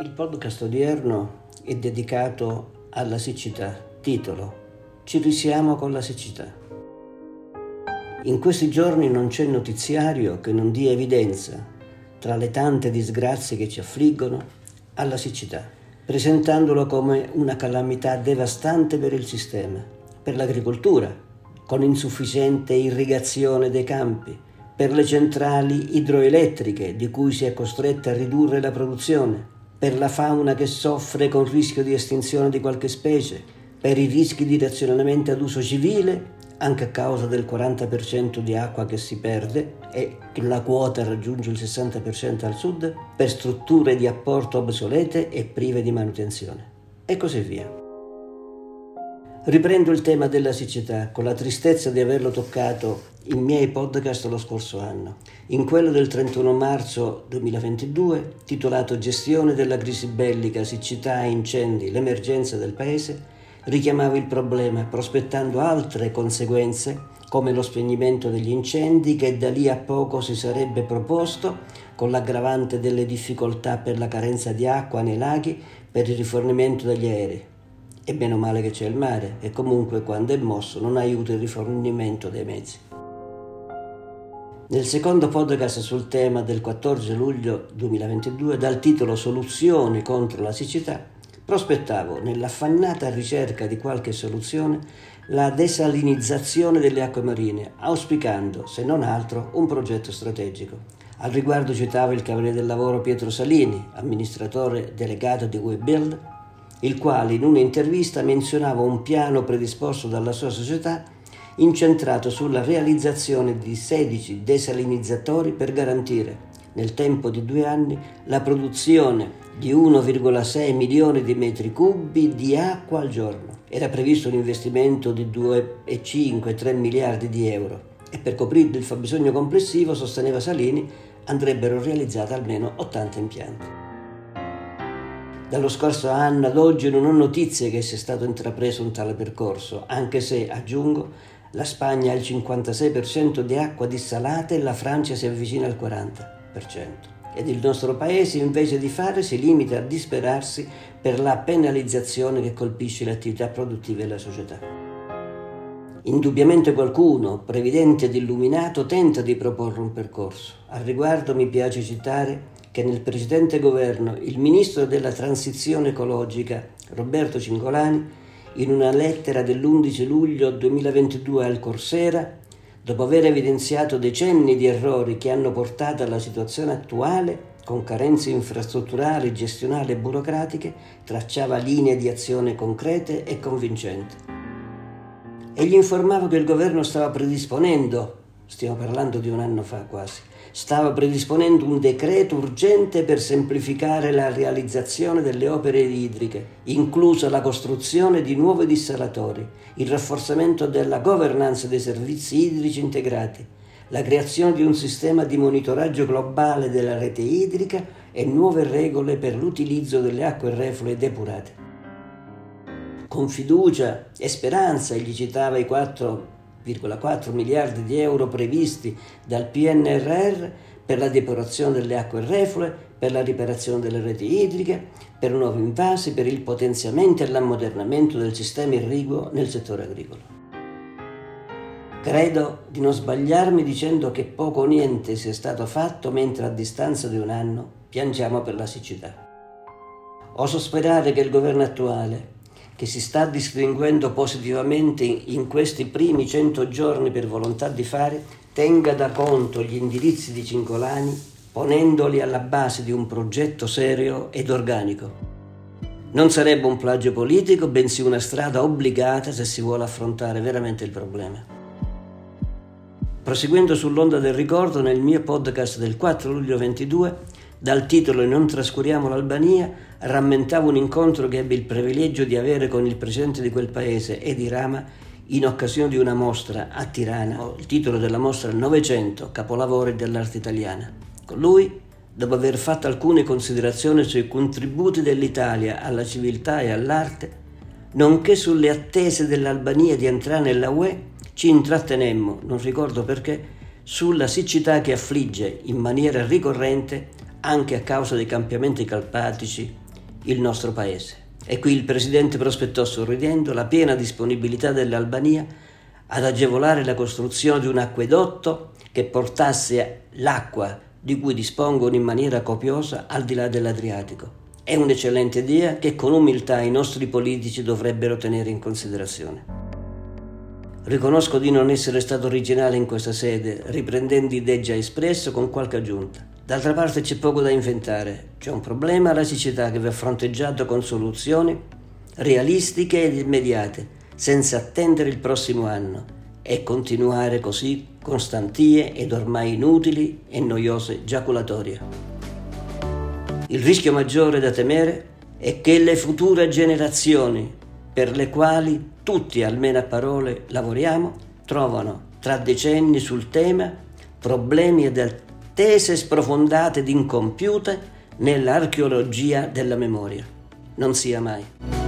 Il podcast odierno è dedicato alla siccità. Titolo: Ci risiamo con la siccità. In questi giorni non c'è notiziario che non dia evidenza, tra le tante disgrazie che ci affliggono, alla siccità, presentandolo come una calamità devastante per il sistema, per l'agricoltura, con insufficiente irrigazione dei campi, per le centrali idroelettriche di cui si è costretta a ridurre la produzione, per la fauna che soffre con rischio di estinzione di qualche specie, per i rischi di razionamento ad uso civile, anche a causa del 40% di acqua che si perde e che la quota raggiunge il 60% al sud, per strutture di apporto obsolete e prive di manutenzione, e così via. Riprendo il tema della siccità con la tristezza di averlo toccato in miei podcast lo scorso anno. In quello del 31 marzo 2022, titolato Gestione della crisi bellica, siccità e incendi, l'emergenza del Paese, richiamavo il problema prospettando altre conseguenze come lo spegnimento degli incendi che da lì a poco si sarebbe proposto, con l'aggravante delle difficoltà per la carenza di acqua nei laghi per il rifornimento degli aerei. E meno male che c'è il mare e comunque quando è mosso non aiuta il rifornimento dei mezzi. Nel secondo podcast sul tema del 14 luglio 2022, dal titolo Soluzioni contro la siccità, prospettavo, nell'affannata ricerca di qualche soluzione, la desalinizzazione delle acque marine, auspicando, se non altro, un progetto strategico. Al riguardo citavo il cavaliere del lavoro Pietro Salini, amministratore delegato di Webuild, il quale in un'intervista menzionava un piano predisposto dalla sua società incentrato sulla realizzazione di 16 desalinizzatori per garantire, nel tempo di 2 anni, la produzione di 1,6 milioni di metri cubi di acqua al giorno. Era previsto un investimento di 2,5-3 miliardi di euro e per coprire il fabbisogno complessivo, sosteneva Salini, andrebbero realizzati almeno 80 impianti. Dallo scorso anno ad oggi non ho notizie che sia stato intrapreso un tale percorso, anche se, aggiungo, la Spagna ha il 56% di acqua dissalata e la Francia si avvicina al 40%. Ed il nostro paese, invece di fare, si limita a disperarsi per la penalizzazione che colpisce le attività produttive della società. Indubbiamente qualcuno, previdente ed illuminato, tenta di proporre un percorso. Al riguardo mi piace citare che nel precedente governo il ministro della transizione ecologica, Roberto Cingolani, in una lettera dell'11 luglio 2022 al Corsera, dopo aver evidenziato decenni di errori che hanno portato alla situazione attuale, con carenze infrastrutturali, gestionali e burocratiche, tracciava linee di azione concrete e convincenti. Egli informava che il governo stava predisponendo, stiamo parlando di un anno fa quasi, stava predisponendo un decreto urgente per semplificare la realizzazione delle opere idriche, inclusa la costruzione di nuovi dissalatori, il rafforzamento della governance dei servizi idrici integrati, la creazione di un sistema di monitoraggio globale della rete idrica e nuove regole per l'utilizzo delle acque reflue depurate. Con fiducia e speranza egli citava i 4,4 miliardi di euro previsti dal PNRR per la depurazione delle acque reflue, per la riparazione delle reti idriche, per nuovi invasi, per il potenziamento e l'ammodernamento del sistema irriguo nel settore agricolo. Credo di non sbagliarmi dicendo che poco o niente sia stato fatto mentre a distanza di un anno piangiamo per la siccità. Oso sperare che il governo attuale, che si sta distinguendo positivamente in questi primi 100 giorni per volontà di fare, tenga da conto gli indirizzi di Cingolani, ponendoli alla base di un progetto serio ed organico. Non sarebbe un plagio politico, bensì una strada obbligata se si vuole affrontare veramente il problema. Proseguendo sull'onda del ricordo, nel mio podcast del 4 luglio 22, dal titolo Non trascuriamo l'Albania, rammentavo un incontro che ebbi il privilegio di avere con il presidente di quel paese, Edi Rama, in occasione di una mostra a Tirana. Il titolo della mostra 900 capolavori dell'arte italiana. Con lui, dopo aver fatto alcune considerazioni sui contributi dell'Italia alla civiltà e all'arte, nonché sulle attese dell'Albania di entrare nella UE, ci intrattenemmo, non ricordo perché, sulla siccità che affligge in maniera ricorrente anche a causa dei cambiamenti climatici il nostro paese. E qui il Presidente prospettò sorridendo la piena disponibilità dell'Albania ad agevolare la costruzione di un acquedotto che portasse l'acqua di cui dispongono in maniera copiosa al di là dell'Adriatico. È un'eccellente idea che con umiltà i nostri politici dovrebbero tenere in considerazione. Riconosco di non essere stato originale in questa sede, riprendendo idee già espresse con qualche aggiunta. D'altra parte c'è poco da inventare, c'è un problema, la siccità, che va fronteggiato con soluzioni realistiche ed immediate, senza attendere il prossimo anno e continuare così con stantie ed ormai inutili e noiose giaculatorie. Il rischio maggiore da temere è che le future generazioni, per le quali tutti, almeno a parole, lavoriamo, trovano tra decenni sul tema problemi ed attese sprofondate ed incompiute nell'archeologia della memoria. Non sia mai.